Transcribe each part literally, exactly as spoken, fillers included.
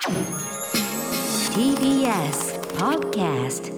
ティービーエス Podcast。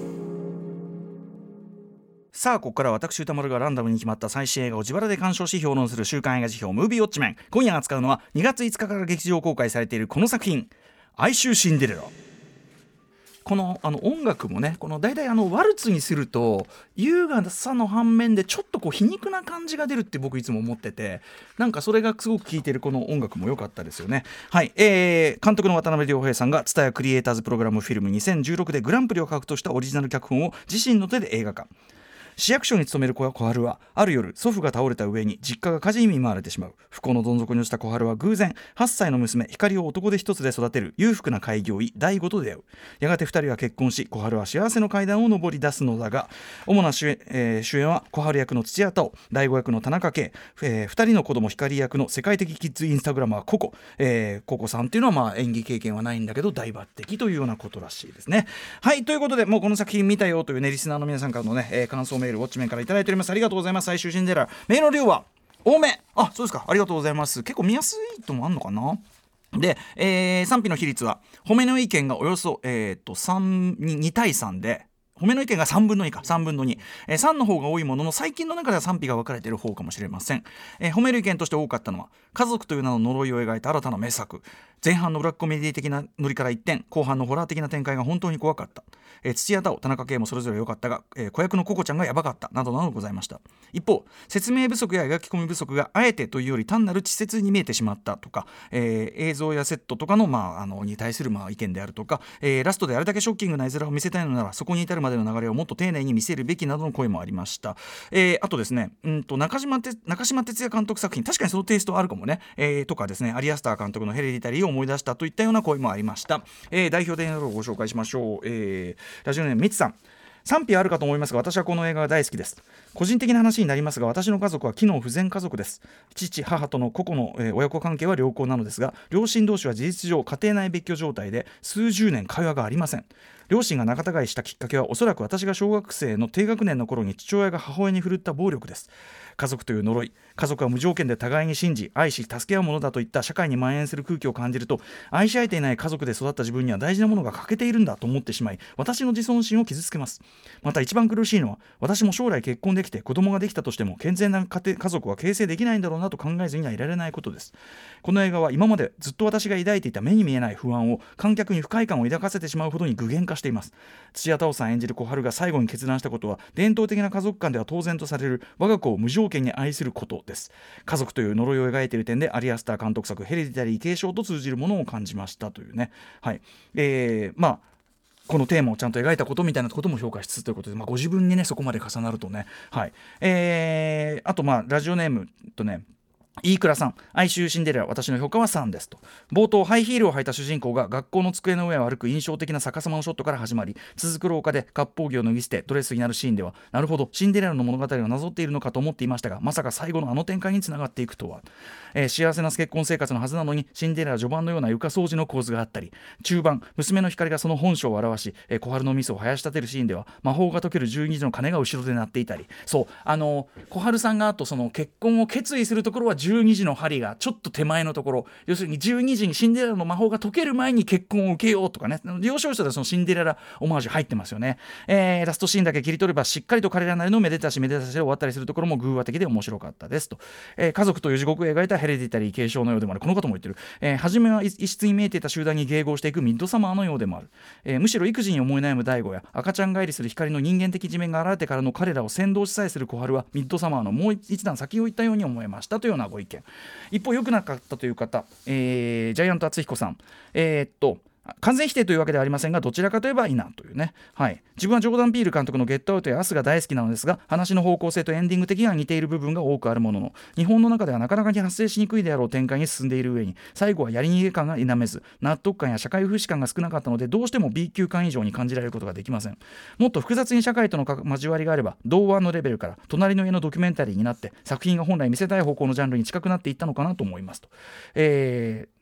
さあここから私歌丸がランダムに決まった最新映画を自腹で鑑賞し評論する週刊映画辞表ムービーウォッチメン。今夜扱うのはにがついつかから劇場公開されているこの作品、哀愁シンデレラ。このあの音楽もね、このだいたいあのワルツにすると優雅さの反面でちょっとこう皮肉な感じが出るって僕いつも思ってて、なんかそれがすごく聴いてるこの音楽も良かったですよね。はい、えー、監督の渡辺良平さんがTSUTAYAクリエイターズプログラムフィルムにせんじゅうろくでグランプリを獲得したオリジナル脚本を自身の手で映画化。市役所に勤める小春はある夜、祖父が倒れた上に実家が火事に見舞われてしまう。不幸のどん底に落ちた小春は偶然はっさいの娘光を男手一つで育てる裕福な開業医大悟と出会う。やがてふたりは結婚し、小春は幸せの階段を上り出すのだが、主な主演、えー、主演は小春役の土屋太鳳、大悟役の田中圭、えー、ふたりの子供光役の世界的キッズインスタグラマーココ、えー、ココさんっていうのはまあ演技経験はないんだけど大抜擢というようなことらしいですね。はい、ということでもうこの作品見たよというねリスナーの皆さんからのね、えー、感想メールウォッチメンからいただいております。ありがとうございます。最終シンデレラメールの量は多め。あ、そうですか、ありがとうございます。結構見やすいともあんのかな。で、えー、賛否の比率は褒めの意見がおよそ、えー、とさんにに対さんで、褒めの意見がさんぶんのにかさんぶんのに、えー、さんの方が多いものの最近の中では賛否が分かれている方かもしれません。えー、褒める意見として多かったのは家族という名の呪いを描いた新たな名作。前半のブラックコメディ的なノリから一転、後半のホラー的な展開が本当に怖かった。えー、土屋太鳳、田中圭もそれぞれ良かったが、えー、子役のココちゃんがヤバかったなどなどございました。一方、説明不足や描き込み不足があえてというより単なる稚拙に見えてしまったとか、えー、映像やセットとかの、まあ、あのに対するまあ意見であるとか、えー、ラストであれだけショッキングな絵面を見せたいのならそこに至るまでの流れをもっと丁寧に見せるべきなどの声もありました。えー、あとですね、うんと中島て中島哲也監督作品、確かにそのテイストあるかもね、えー、とかですね、アリアスター監督のヘレディタリーを思い出したといったような声もありました。えー、代表的なところをご紹介しましょう。えー、ラジオネームみつさん、賛否あるかと思いますが私はこの映画が大好きです。個人的な話になりますが、私の家族は機能不全家族です。父母との個々の、えー、親子関係は良好なのですが、両親同士は事実上家庭内別居状態で数十年会話がありません。両親が仲違いしたきっかけはおそらく私が小学生の低学年の頃に父親が母親に振るった暴力です。家族という呪い、家族は無条件で互いに信じ愛し助け合うものだといった社会に蔓延する空気を感じると、愛し合えていない家族で育った自分には大事なものが欠けているんだと思ってしまい、私の自尊心を傷つけます。また一番苦しいのは、私も将来結婚できて子供ができたとしても健全な家庭家族は形成できないんだろうなと考えずにはいられないことです。この映画は今までずっと私が抱いていた目に見えない不安を観客に不快感を抱かせてしまうほどに具現化しています。土屋太鳳さん演じる小春が最後に決断したことは、伝統的な家族間では当然とされる我が子を無条件に愛することです。家族という呪いを描いている点でアリアスター監督作ヘレディタリー継承と通じるものを感じましたというね。はい、えー、まあこのテーマをちゃんと描いたことみたいなことも評価しつつということで、まあ、ご自分にねそこまで重なるとね。はい、えー、あとまあラジオネームとね、飯倉さん、哀愁シンデレラ、私の評価はさんですと。冒頭ハイヒールを履いた主人公が学校の机の上を歩く印象的な逆さまのショットから始まり、続く廊下で割烹着を脱ぎ捨てドレスになるシーンでは、なるほどシンデレラの物語をなぞっているのかと思っていましたが、まさか最後のあの展開につながっていくとは。えー、幸せな結婚生活のはずなのにシンデレラ序盤のような床掃除の構図があったり、中盤娘の光がその本性を表し、えー、小春のミスを生やし立てるシーンでは魔法が解けるじゅうにじの鐘が後ろで鳴っていたり、そうあの小春さんがあとその結婚を決意するところはじゅうにじの針がちょっと手前のところ、要するにじゅうにじにシンデレラの魔法が解ける前に結婚を受けようとかね、要所要所でそのシンデレラオマージュ入ってますよね。えー、ラストシーンだけ切り取ればしっかりと彼らなりのめでたしめでたしで終わったりするところも偶話的で面白かったですと。えー、家族という地獄を描いたヘレディタリー継承のようでもある。この方も言ってる、えー、初めは異質に見えていた集団に迎合していくミッドサマーのようでもある。えー、むしろ育児に思い悩む大悟や赤ちゃん返りする光の人間的一面が現れてからの彼らを先導しさえする小春はミッドサマーのもう一段先を行ったように思えましたというようなご意見。一方良くなかったという方、えー、ジャイアント厚彦さん、えー、っと完全否定というわけではありませんが、どちらかといえばいいなというね。はい、自分はジョーダン・ピール監督のゲットアウトやアスが大好きなのですが、話の方向性とエンディング的には似ている部分が多くあるものの、日本の中ではなかなかに発生しにくいであろう展開に進んでいる上に、最後はやり逃げ感が否めず、納得感や社会風刺感が少なかったので、どうしても B 級感以上に感じられることができません。もっと複雑に社会との交わりがあれば、童話のレベルから隣の家のドキュメンタリーになって、作品が本来見せたい方向のジャンルに近くなっていったのかなと思いますと。えー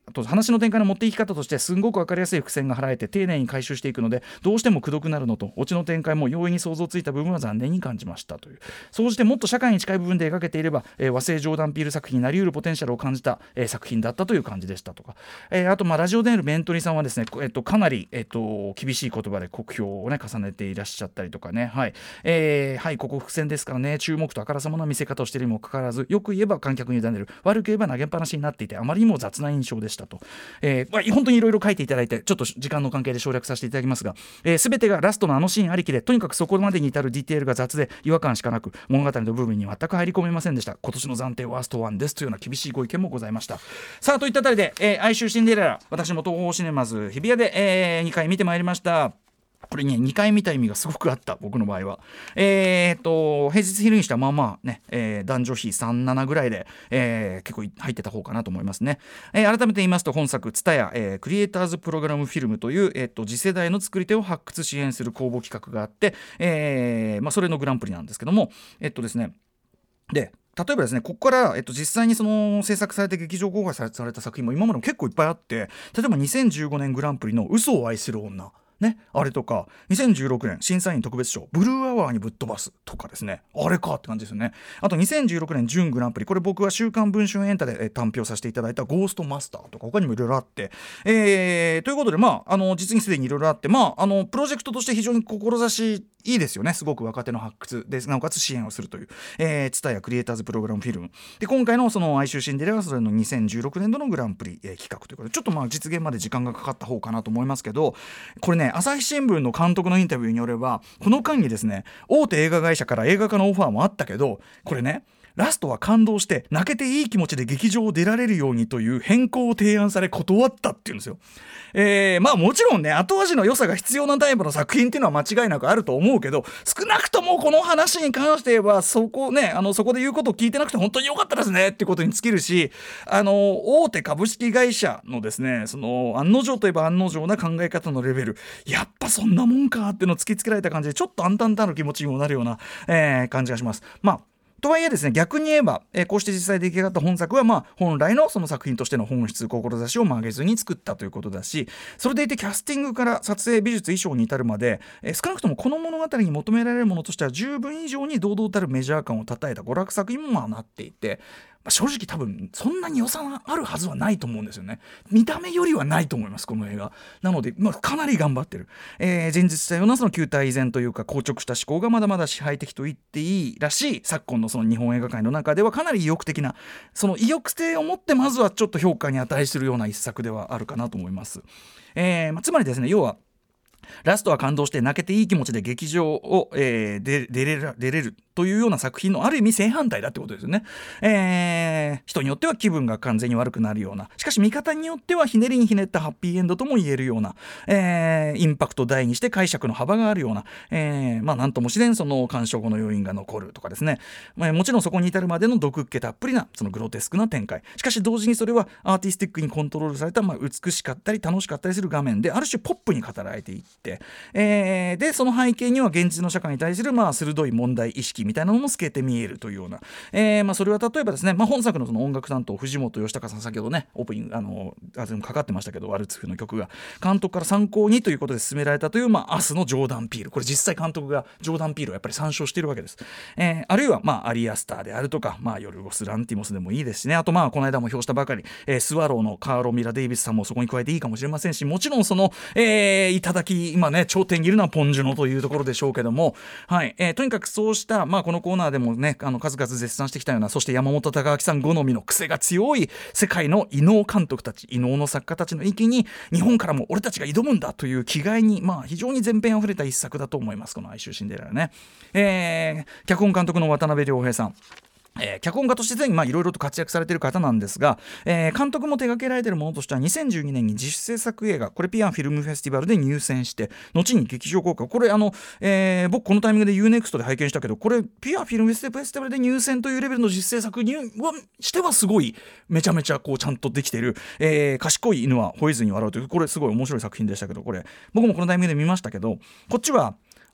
あと話の展開の持っていき方としてすんごく分かりやすい伏線が張られて丁寧に回収していくのでどうしてもくどくなるのとオチの展開も容易に想像ついた部分は残念に感じましたという。総じてもっと社会に近い部分で描けていれば、えー、和製ジョーダン・ピール作品になりうるポテンシャルを感じた、えー、作品だったという感じでしたとか、えー、あとまあラジオネールメントリさんはですね、えっと、かなり、えっと、厳しい言葉で酷評をね重ねていらっしゃったりとかね、はい、えー、はいここ伏線ですからね、注目とあからさまな見せ方をしているにもかかわらず、よく言えば観客に委ねる、悪く言えば投げっぱなしになっていてあまりにも雑な印象でしたと、えーまあ、本当にいろいろ書いていただいてちょっと時間の関係で省略させていただきますが、えー、全てがラストのあのシーンありきでとにかくそこまでに至るディテールが雑で違和感しかなく物語の部分に全く入り込めませんでした。今年の暫定ワーストワンですというような厳しいご意見もございました。さあといったあたりで、えー、哀愁シンデレラ、私も東宝シネマズ日比谷で、えー、にかい見てまいりました。これねにかい見た意味がすごくあった、僕の場合は。えー、っと平日昼にしてはまあまあね、えー、男女比さんななぐらいで、えー、結構入ってた方かなと思いますね。えー、改めて言いますと本作TSUTAYA、えー、クリエイターズプログラムフィルムという、えー、っと次世代の作り手を発掘支援する公募企画があって、えーまあ、それのグランプリなんですけども、えっとですねで例えばですねここから、えっと、実際にその制作されて劇場公開された作品も今までも結構いっぱいあって、例えばにせんじゅうごねんグランプリの嘘を愛する女ね、あれとかにせんじゅうろくねん審査員特別賞ブルーアワーにぶっ飛ばすとかですね、あれかって感じですよね。あとにせんじゅうろくねん準グランプリ、これ僕は週刊文春エンタで単票させていただいたゴーストマスターとか他にもいろいろあって、えー、ということでまああの実にすでにいろいろあって、まああのプロジェクトとして非常に志いいですよね。すごく若手の発掘でなおかつ支援をするという、えー、TSUTAYAクリエイターズプログラムフィルムで、今回のその哀愁シンデレラはそれのにせんじゅうろくねん度のグランプリ、えー、企画ということで、ちょっとまあ実現まで時間がかかった方かなと思いますけど、これね朝日新聞の監督のインタビューによればこの間にですね大手映画会社から映画化のオファーもあったけど、これねラストは感動して泣けていい気持ちで劇場を出られるようにという変更を提案され断ったっていうんですよ。えー、まあもちろんね後味の良さが必要なタイプの作品っていうのは間違いなくあると思うけど、少なくともこの話に関して言えばそこねあのそこで言うことを聞いてなくて本当に良かったですねっていうことに尽きるし、あの大手株式会社のですねその案の定といえば案の定な考え方のレベル、やっぱそんなもんかっていうのを突きつけられた感じでちょっと暗淡たる気持ちにもなるような、えー、感じがします。まあとはいえですね逆に言えば、えー、こうして実際出来上がった本作はまあ本来のその作品としての本質志を曲げずに作ったということだし、それでいてキャスティングから撮影美術衣装に至るまで、えー、少なくともこの物語に求められるものとしては十分以上に堂々たるメジャー感をたたえた娯楽作品もまあなっていて、正直多分そんなに予算があるはずはないと思うんですよね。見た目よりはないと思いますこの映画なので、まあ、かなり頑張ってる、えー、前日したようなその旧態依然というか硬直した思考がまだまだ支配的と言っていいらしい昨今のその日本映画界の中ではかなり意欲的な、その意欲性を持ってまずはちょっと評価に値するような一作ではあるかなと思います。えーまあ、つまりですね要はラストは感動して泣けていい気持ちで劇場を、えー、出, 出, れる出れるというような作品のある意味正反対だってことですよね。えー、人によっては気分が完全に悪くなるような、しかし見方によってはひねりにひねったハッピーエンドとも言えるような、えー、インパクト大にして解釈の幅があるような、えー、まあなんとも自然その鑑賞後の余韻が残るとかですね、まあ、もちろんそこに至るまでの毒っ気たっぷりなそのグロテスクな展開、しかし同時にそれはアーティスティックにコントロールされた、まあ、美しかったり楽しかったりする画面である種ポップに語られていって、えー、でその背景には現実の社会に対するまあ鋭い問題意識みたいなのも透けて見えるというような、えーまあ、それは例えばですね、まあ、本作のその音楽担当藤本義孝さん、先ほどねオープニングあのあでもかかってましたけどワルツフの曲が監督から参考にということで進められたという、まあ、明日のジョーダン・ピール、これ実際監督がジョーダン・ピールをやっぱり参照しているわけです。えー、あるいは、まあ、アリアスターであるとか、まあ、ヨルゴス・ランティモスでもいいですしね、あとまあこの間も表したばかり、えー、スワローのカーロ・ミラ・デイビスさんもそこに加えていいかもしれませんし、もちろんその、えー、いただき今ね頂点にいるのはポンジュノというところでしょうけども、はいえー、とにかくそうした、まあ、このコーナーでもねあの数々絶賛してきたような、そして山本隆明さん好みの癖が強い世界の異能監督たち、異能の作家たちの域に日本からも俺たちが挑むんだという気概に、まあ、非常に前編あふれた一作だと思います、この哀愁シンデレラね。えー、脚本監督の渡辺良平さん、えー、脚本家としていろいろと活躍されている方なんですが、えー、監督も手掛けられているものとしてはにせんじゅうにねんに自主制作映画、これピアンフィルムフェスティバルで入選して後に劇場公開、これあの、えー、僕このタイミングで ユーネクスト で拝見したけど、これピアンフィルムフェスティバルで入選というレベルの実制作にはしてはすごいめちゃめちゃこうちゃんとできている、えー、賢い犬は吠えずに笑うという、これすごい面白い作品でしたけど、これ僕もこのタイミングで見ましたけど、こっちは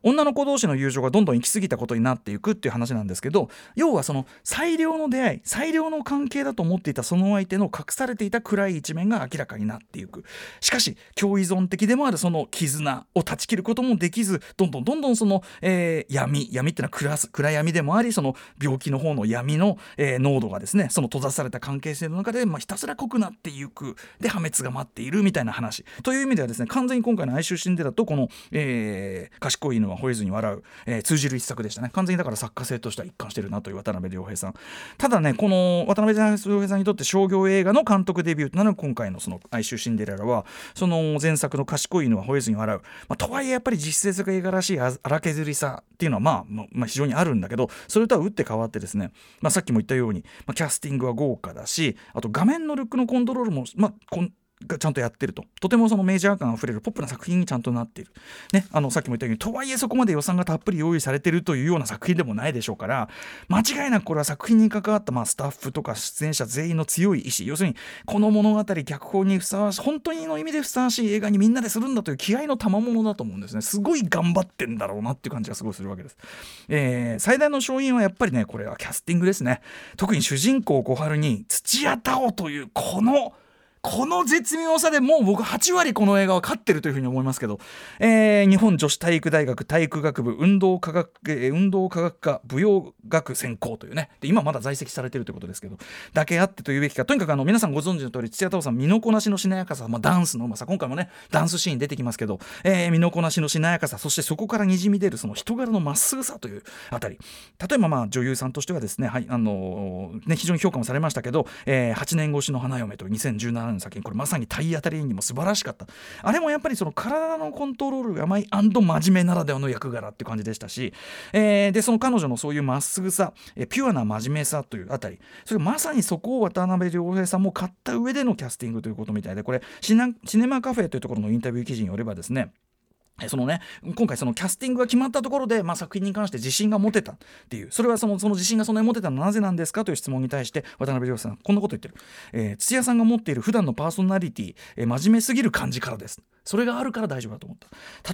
女の子同士の友情がどんどん行き過ぎたことになっていくっていう話なんですけど、要はその最良の出会い、最良の関係だと思っていたその相手の隠されていた暗い一面が明らかになっていく。しかし共依存的でもあるその絆を断ち切ることもできず、どんどんどんどんその、えー、闇闇っていうのは 暗, 暗闇でもあり、その病気の方の闇の、えー、濃度がですね、その閉ざされた関係性の中で、まあ、ひたすら濃くなっていく、で破滅が待っているみたいな話という意味ではですね、完全に今回の哀愁シンデレラとこの、えー、賢い犬は吠えずに笑う、えー、通じる一作でしたね。完全にだから作家性としては一貫してるなという渡辺良平さん。ただね、この渡辺良平さんにとって商業映画の監督デビューとなる今回のその哀愁シンデレラは、その前作の賢い犬は吠えずに笑う、まあ、とはいえやっぱり実生作映画らしい荒削りさっていうのは、まあ、まあ非常にあるんだけど、それとは打って変わってですね、まあ、さっきも言ったように、まあ、キャスティングは豪華だし、あと画面のルックのコントロールも、まあ、こんがちゃんとやってると、とてもそのメジャー感あふれるポップな作品にちゃんとなっている、ね、あのさっきも言ったように、とはいえそこまで予算がたっぷり用意されているというような作品でもないでしょうから、間違いなくこれは作品に関わった、まあ、スタッフとか出演者全員の強い意志、要するにこの物語脚本にふさわしい、本当にの意味でふさわしい映画にみんなでするんだという気合の賜物だと思うんですね。すごい頑張ってんだろうなっていう感じがすごいするわけです。えー、最大の勝因はやっぱりね、これはキャスティングですね。特に主人公小春に土屋太鳳というこのこの絶妙さでもう僕はち割この映画は勝ってるというふうに思いますけど、えー、日本女子体育大学体育学部運動科学、えー、運動科学科舞踊学専攻というね、で今まだ在籍されてるということですけど、だけあってというべきか、とにかくあの皆さんご存知の通り、土屋太鳳さん身のこなしのしなやかさ、まあ、ダンスのうまさ、今回もねダンスシーン出てきますけど、えー、身のこなしのしなやかさ、そしてそこからにじみ出るその人柄のまっすぐさというあたり、例えばまあ女優さんとしてはですね、はい、あのーね、非常に評価もされましたけど、えー、はちねん越しの花嫁というにせんじゅうななねんの作品、これまさに体当たり演技も素晴らしかった。あれもやっぱりその体のコントロールが甘い&真面目ならではの役柄っていう感じでしたし、えー、でその彼女のそういうまっすぐさ、えピュアな真面目さというあたり、それまさにそこを渡辺良平さんも買った上でのキャスティングということみたいで、これシナシネマカフェというところのインタビュー記事によればですね、そのね、今回そのキャスティングが決まったところで、まあ、作品に関して自信が持てたっていう、それはその、その自信がそんなに持てたのはなぜなんですかという質問に対して渡辺良平さんこんなこと言ってる、えー、土屋さんが持っている普段のパーソナリティ、えー、真面目すぎる感じからです。それがあるから大丈夫だと思った。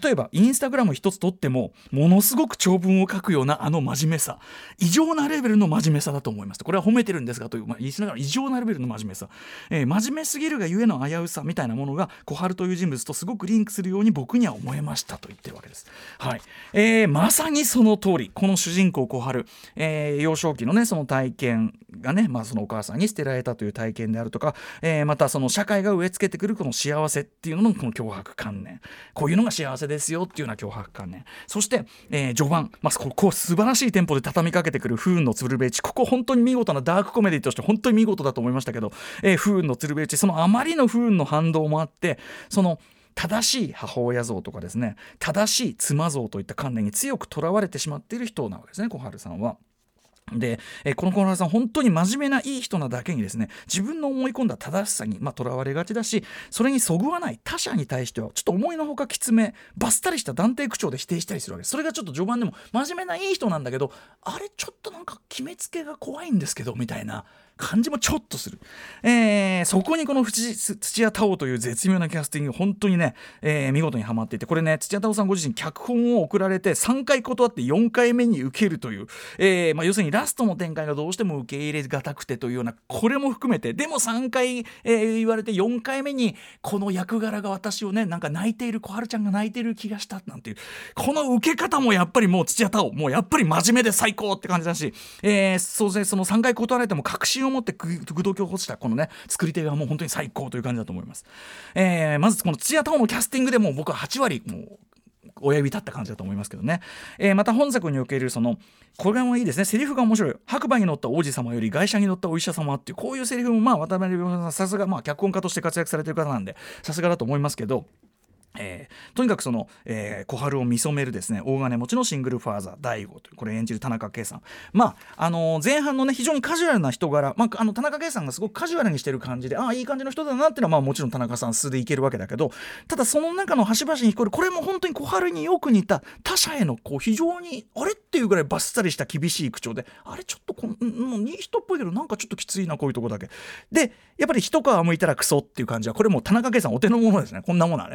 例えばインスタグラム一つ撮ってもものすごく長文を書くようなあの真面目さ、異常なレベルの真面目さだと思います。これは褒めてるんですがという、まあ、言いしながら異常なレベルの真面目さ、えー、真面目すぎるがゆえの危うさみたいなものが小春という人物とすごくリンクするように僕には思えましたと言ってるわけです。はい、えー、まさにその通り、この主人公小春、えー、幼少期のねその体験がね、まあ、そのお母さんに捨てられたという体験であるとか、えー、またその社会が植え付けてくるこの幸せっていうののこの脅迫観念、こういうのが幸せですよっていうような脅迫観念、そして、えー、序盤、まあ、ここ素晴らしいテンポで畳みかけてくる不運のつるべ打ち、ここ本当に見事なダークコメディとして本当に見事だと思いましたけど、えー、不運のつるべ打ち、そのあまりの不運の反動もあって、その正しい母親像とかですね、正しい妻像といった観念に強くとらわれてしまっている人なわけですね、小春さんは。で、えー、この小春さん本当に真面目ないい人なだけにですね、自分の思い込んだ正しさにまあとらわれがちだし、それにそぐわない他者に対してはちょっと思いのほかきつめバッサリした断定口調で否定したりするわけです。それがちょっと序盤でも真面目ないい人なんだけど、あれちょっとなんか決めつけが怖いんですけどみたいな感じもちょっとする、えー、そこにこの土屋太鳳という絶妙なキャスティング本当にね、えー、見事にはまっていて、これね土屋太鳳さんご自身脚本を送られてさんかい断ってよんかいめに受けるという、えーまあ、要するにラストの展開がどうしても受け入れがたくてというような、これも含めてでもさんかい、えー、言われてよんかいめにこの役柄が私をねなんか泣いている小春ちゃんが泣いている気がしたなんていう、この受け方もやっぱりもう土屋太鳳もうやっぱり真面目で最高って感じだし、えー、そうですね、そのさんかい断られても確信を持って口説き起こしたこのね作り手がもう本当に最高という感じだと思います。えー、まずこの土屋太鳳のキャスティングでも僕ははち割もう親指立った感じだと思いますけどね、えー、また本作におけるそのこれもいいですね、セリフが面白い。白馬に乗った王子様より外車に乗ったお医者様っていうこういうセリフもまあ渡辺良平さんさすがまあ脚本家として活躍されている方なんでさすがだと思いますけど、えー、とにかくその、えー、小春を見初めるですね大金持ちのシングルファーザー大悟というこれ演じる田中圭さん、まああのー、前半のね非常にカジュアルな人柄、まあ、あの田中圭さんがすごくカジュアルにしてる感じで、ああいい感じの人だなっていうのは、まあ、もちろん田中さん素でいけるわけだけど、ただその中の端々に聞こえるこれも本当に小春によく似た他者へのこう非常にあれっていうぐらいバッサリした厳しい口調で、あれちょっとこのいい人っぽいけどなんかちょっときついなこういうとこだけで、やっぱり一皮むいたらクソっていう感じはこれもう田中圭さんお手の物ですね。こんなものはね一皮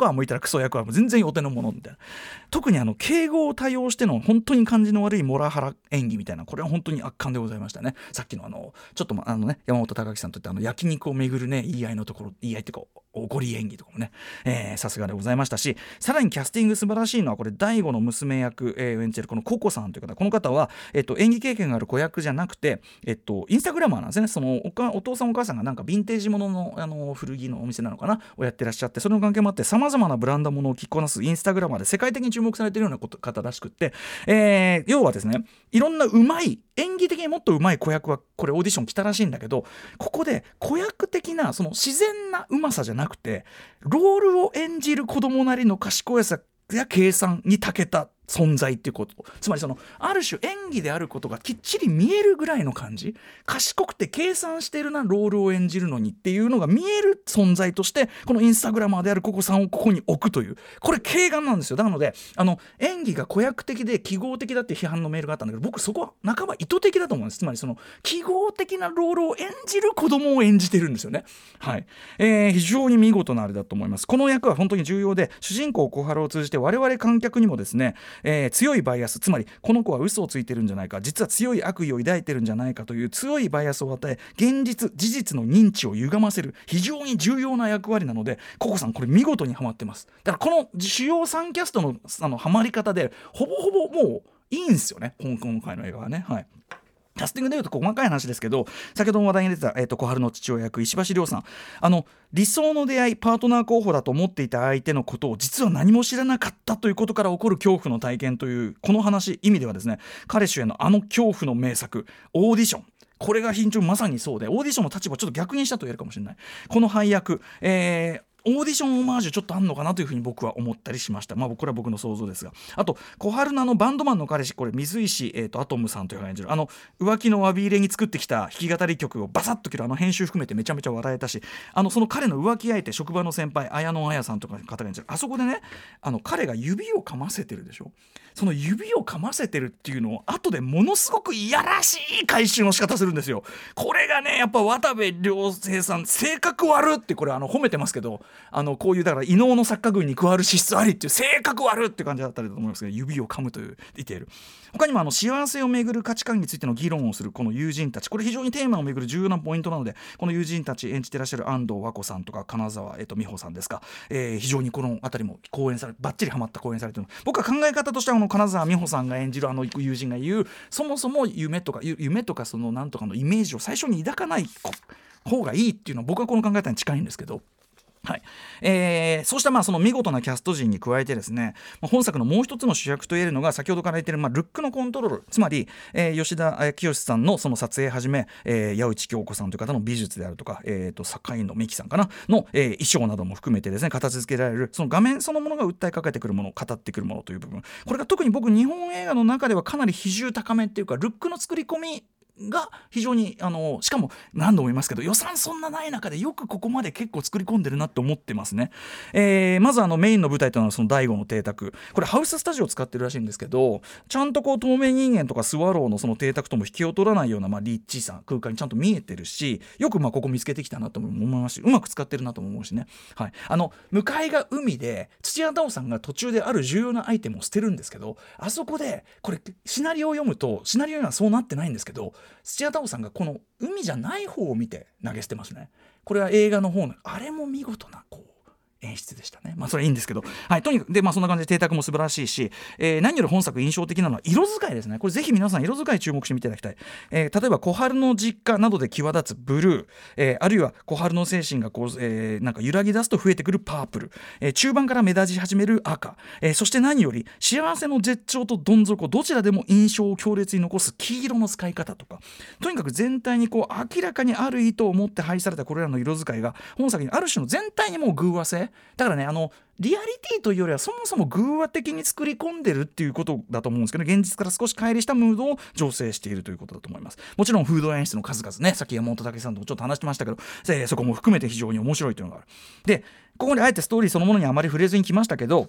皮むいたらクソ役はもう全然お手の物みたいな。特にあの敬語を多用しての本当に感じの悪いモラハラ演技みたいな、これは本当に圧巻でございましたね。さっきのあのちょっと、ま、あのね山本隆樹さんといってあの焼肉をめぐるね言い合いのところ、言い合いっていうかおごり演技とかもねさすがでございましたし、さらにキャスティング素晴らしいのはこれ大悟の娘役、えー、演じるこのココさんという方、この方は、えっと、演技経験がある子役じゃなくて、えっと、インスタグラマーなんですね。その お, かお父さんお母さんがなんかヴィンテージもの の, あの古着のお店なのかなをやってらっしゃって、それの関係もあってさまざまなブランドものを着こなすインスタグラマーで世界的に注目されているようなこと方らしくって、えー、要はですね、いろんなうまい演技的にもっとうまい子役はこれオーディション来たらしいんだけど、ここで子役的なその自然なうまさじゃなくて、ロールを演じる子供なりの賢いさや計算に長けた存在っていうこと、つまりそのある種演技であることがきっちり見えるぐらいの感じ、賢くて計算してるなロールを演じるのにっていうのが見える存在として、このインスタグラマーであるココさんをここに置くという、これ軽眼なんですよ。なのであの演技が子役的で記号的だって批判のメールがあったんだけど、僕そこは半ば意図的だと思うんです。つまりその記号的なロールを演じる子供を演じてるんですよね。はい、えー、非常に見事なあれだと思います。この役は本当に重要で、主人公小春を通じて我々観客にもですね、えー、強いバイアス、つまりこの子は嘘をついてるんじゃないか、実は強い悪意を抱いてるんじゃないかという強いバイアスを与え、現実事実の認知を歪ませる非常に重要な役割なので、ココさんこれ見事にハマってます。だからこの主要さんキャストのあのハマり方でほぼほぼもういいんですよね、今回の映画はね。はい、キャスティングでいうと細かい話ですけど、先ほども話題に出てた、えー、と小春の父親役石橋亮さん、あの理想の出会いパートナー候補だと思っていた相手のことを実は何も知らなかったということから起こる恐怖の体験というこの話、意味ではですね、彼主演のあの恐怖の名作オーディション、これが非常にまさにそうで、オーディションの立場をちょっと逆にしたと言えるかもしれない。この配役、えーオーディションオマージュちょっとあんのかなというふうに僕は思ったりしました。まあこれは僕の想像ですが、あと小春のあのバンドマンの彼氏、これ水石、えー、とアトムさんというのが演じるあの浮気の詫び入れに作ってきた弾き語り曲をバサッと切るあの編集含めてめちゃめちゃ笑えたし、あのその彼の浮気相手、職場の先輩綾野綾さんとか方が演じる、あそこでね、あの彼が指をかませてるでしょ。その指をかませてるっていうのを後でものすごくいやらしい回収の仕方するんですよ。これがねやっぱ渡部良平さん性格悪って、これあの褒めてますけど、あのこういうだから異能の作家群に加わる資質ありっていう性格悪っていう感じだったりだと思いますけど、指を噛むというディテール、他にもあの幸せをめぐる価値観についての議論をするこの友人たち、これ非常にテーマをめぐる重要なポイントなので、この友人たち演じてらっしゃる安藤和子さんとか金沢、えっと、美穂さんですか、えー、非常にこのあたりも講演されバッチリハマった講演されてる。僕は考え方としてはこの金沢美穂さんが演じるあの友人が言う、そもそも夢とか夢とかそのなんとかのイメージを最初に抱かない方がいいっていうのは僕はこの考え方に近いんですけど、はい、えー、そうしたまあその見事なキャスト陣に加えてですね、本作のもう一つの主役といえるのが先ほどから言っている、まあ、ルックのコントロール、つまり、えー、吉田清さんのその撮影はじめ、えー、矢内京子さんという方の美術であるとか、えー、と堺の美紀さんかなの、えー、衣装なども含めてですね、形付けられるその画面そのものが訴えかけてくるもの、語ってくるものという部分、これが特に僕日本映画の中ではかなり比重高めっていうか、ルックの作り込みが非常にあのしかも何度も言いますけど予算そんなない中でよくここまで結構作り込んでるなって思ってますね。えー、まずあのメインの舞台というのはその第五の邸宅、これハウススタジオを使ってるらしいんですけど、ちゃんとこう透明人間とかスワローのその邸宅とも引きを取らないような、まあ、リッチさ空間にちゃんと見えてるし、よくまあここ見つけてきたなと思いますし、うまく使ってるなとも思うしね、はい、あの向かいが海で土屋太鳳さんが途中である重要なアイテムを捨てるんですけど、あそこでこれシナリオを読むとシナリオにはそうなってないんですけど、土屋太鳳さんがこの海じゃない方を見て投げ捨てますね。これは映画の方のあれも見事なこう演出でしたね。まあそれはいいんですけど、はい、とにかくで、まあ、そんな感じで邸宅も素晴らしいし、えー、何より本作印象的なのは色使いですね。これぜひ皆さん色使い注目してみていただきたい。えー、例えば小春の実家などで際立つブルー、えー、あるいは小春の精神がこう、えー、なんか揺らぎ出すと増えてくるパープル、えー、中盤から目立ち始める赤、えー、そして何より幸せの絶頂とどん底どちらでも印象を強烈に残す黄色の使い方とか、とにかく全体にこう明らかにある意図を持って配されたこれらの色使いが本作にある種の全体にもう偶話性だからね、あのリアリティというよりはそもそも偶話的に作り込んでるっていうことだと思うんですけど、現実から少し乖離したムードを醸成しているということだと思います。もちろんフード演出の数々ね、さっき山本武さんともちょっと話してましたけど、えー、そこも含めて非常に面白いというのがある。でここであえてストーリーそのものにあまり触れずに来ましたけど、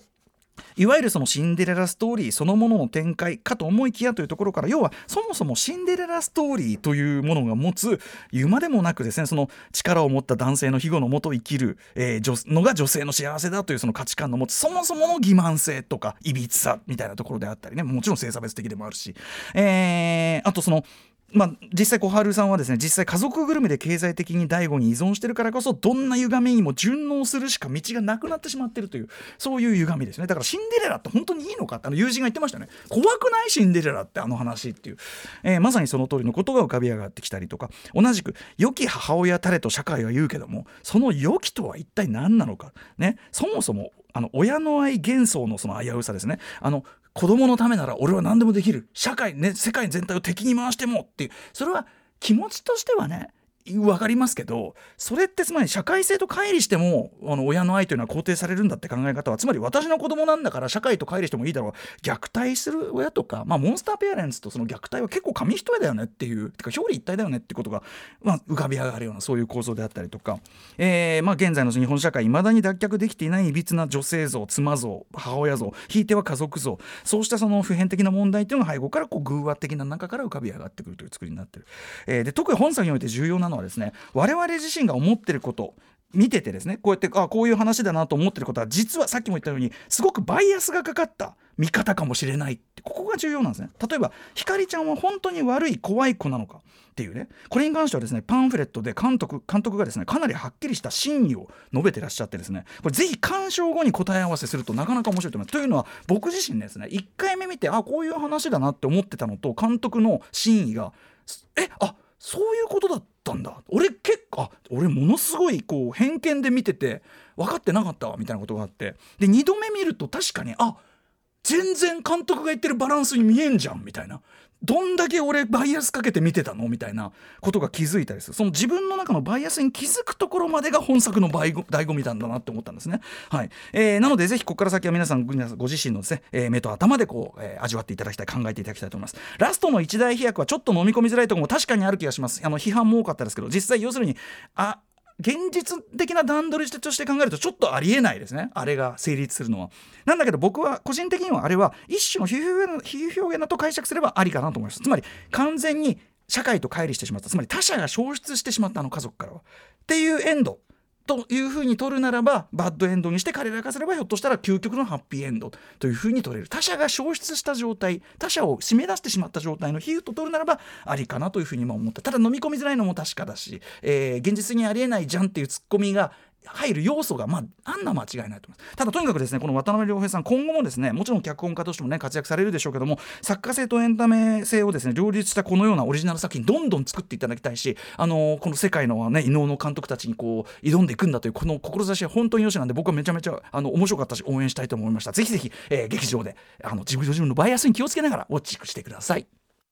いわゆるそのシンデレラストーリーそのものの展開かと思いきやというところから、要はそもそもシンデレラストーリーというものが持つ言うまでもなくですね、その力を持った男性の庇護のもと生きる、えー、のが女性の幸せだというその価値観の持つそもそもの欺瞞性とかいびつさみたいなところであったりね、もちろん性差別的でもあるし、えー、あとそのまあ、実際小春さんはですね、実際家族ぐるみで経済的に大悟に依存してるからこそ、どんな歪みにも順応するしか道がなくなってしまってるという、そういう歪みですね。だからシンデレラって本当にいいのかって、あの友人が言ってましたね。怖くないシンデレラってあの話っていう、えー、まさにその通りのことが浮かび上がってきたりとか、同じく良き母親たれと社会は言うけども、その良きとは一体何なのかね。そもそもあの親の愛幻想のその危うさですね。あの子供のためなら俺は何でもできる、社会ね、世界全体を敵に回してもっていう、それは気持ちとしてはね分かりますけど、それってつまり社会性と乖離してもあの親の愛というのは肯定されるんだって考え方は、つまり私の子供なんだから社会と乖離してもいいだろう、虐待する親とか、まあ、モンスターペアレンツとその虐待は結構紙一重だよねっていう、てか表裏一体だよねってことが、まあ、浮かび上がるようなそういう構造であったりとか、えーまあ、現在の日本社会いまだに脱却できていないいびつな女性像、妻像、母親像、ひいては家族像、そうしたその普遍的な問題というのが背後からこう偶話的な中から浮かび上がってくるという作りになっている、えー、で特に本作において重要なのはですね、我々自身が思ってること見ててですね、こうやってあこういう話だなと思ってることは、実はさっきも言ったようにすごくバイアスがかかった見方かもしれないって、ここが重要なんですね。例えばひかりちゃんは本当に悪い怖い子なのかっていうね、これに関してはですね、パンフレットで監督監督がですねかなりはっきりした真意を述べてらっしゃってですね、これぜひ鑑賞後に答え合わせするとなかなか面白いと思います。というのは僕自身ですね、いっかいめ見てあこういう話だなって思ってたのと、監督の真意がえあそういうことだったんだ、俺結構あ俺ものすごいこう偏見で見てて分かってなかったわみたいなことがあって、でにどめ見ると確かにあ全然監督が言ってるバランスに見えんじゃんみたいな、どんだけ俺バイアスかけて見てたのみたいなことが気づいたりする。その自分の中のバイアスに気づくところまでが本作の醍醐味なんだなって思ったんですね。はい、えー、なのでぜひここから先は皆さんご自身のですね、えー、目と頭でこう、えー、味わっていただきたい、考えていただきたいと思います。ラストの一大飛躍はちょっと飲み込みづらいところも確かにある気がします。あの批判も多かったですけど、実際要するにあ現実的な段取りとして考えるとちょっとありえないですね、あれが成立するのは。なんだけど僕は個人的にはあれは一種の比喩表現だと解釈すればありかなと思います。つまり完全に社会と乖離してしまった、つまり他者が消失してしまったあの家族からはっていうエンドというふうに取るならば、バッドエンドにして彼らからすればひょっとしたら究極のハッピーエンドというふうに取れる、他者が消失した状態、他者を締め出してしまった状態の比喩と取るならばありかなというふうに今思った。ただ飲み込みづらいのも確かだし、えー、現実にありえないじゃんっていうツッコミが入る要素が、まあ、あんな間違いないと思います。ただとにかくですね、この渡辺良平さん今後もですね、もちろん脚本家としてもね活躍されるでしょうけども、作家性とエンタメ性をですね両立したこのようなオリジナル作品どんどん作っていただきたいし、あのー、この世界のね異能の監督たちにこう挑んでいくんだというこの志は本当によしなんで、僕はめちゃめちゃあの面白かったし応援したいと思いました。ぜひぜひ、えー、劇場であの自分自分のバイアスに気をつけながらウォッチしてください。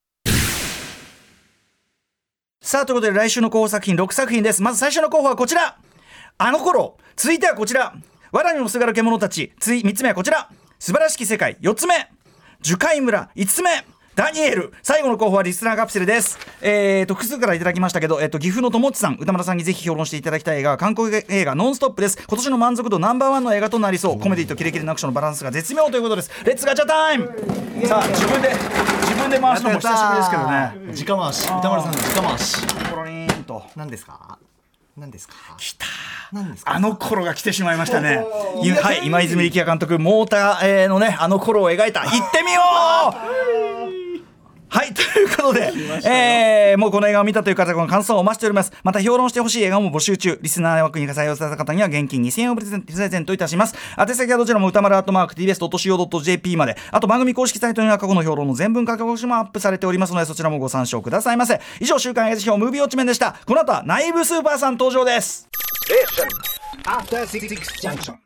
さあということで来週の候補作品ろくさく品です。まず最初の候補はこちら、あの頃。続いてはこちら、藁にもすがる獣たち。ついみっつめはこちら、素晴らしき世界。よっつめ、樹海村。いつつめ、ダニエル。最後の候補はリスナーカプセルです。えーと複数からいただきましたけど、えーと岐阜のともっちさん、歌村さんにぜひ評論していただきたい映画は韓国映画ノンストップです。今年の満足度ナンバーワンの映画となりそう。コメディとキレキレのアクションのバランスが絶妙ということです。レッツガチャタイム。さあ自分で自分で回すのも久しぶりですけどね。 直回し、歌丸さんの直回し。 コロリーンと。 何ですか何ですか。 来た何ですか。 あの頃が来てしまいましたね。はい、今泉力也監督、モーター、えー、のねあの頃を描いた。行ってみようはいということで、えー、もうこの映画を見たという方の感想をお待ちしております。また評論してほしい映画も募集中。リスナー枠に採用された方には現金にせんえんをプレゼント、プレゼントいたします。宛先はどちらも歌丸アットマーク ティービーエスドットシーオードットジェーピー まで。あと番組公式サイトには過去の評論の全文書き起こしもアップされておりますので、そちらもご参照くださいませ。以上週刊映画辞表ムービーウォッチメンでした。この後はナイブスーパーさん登場です。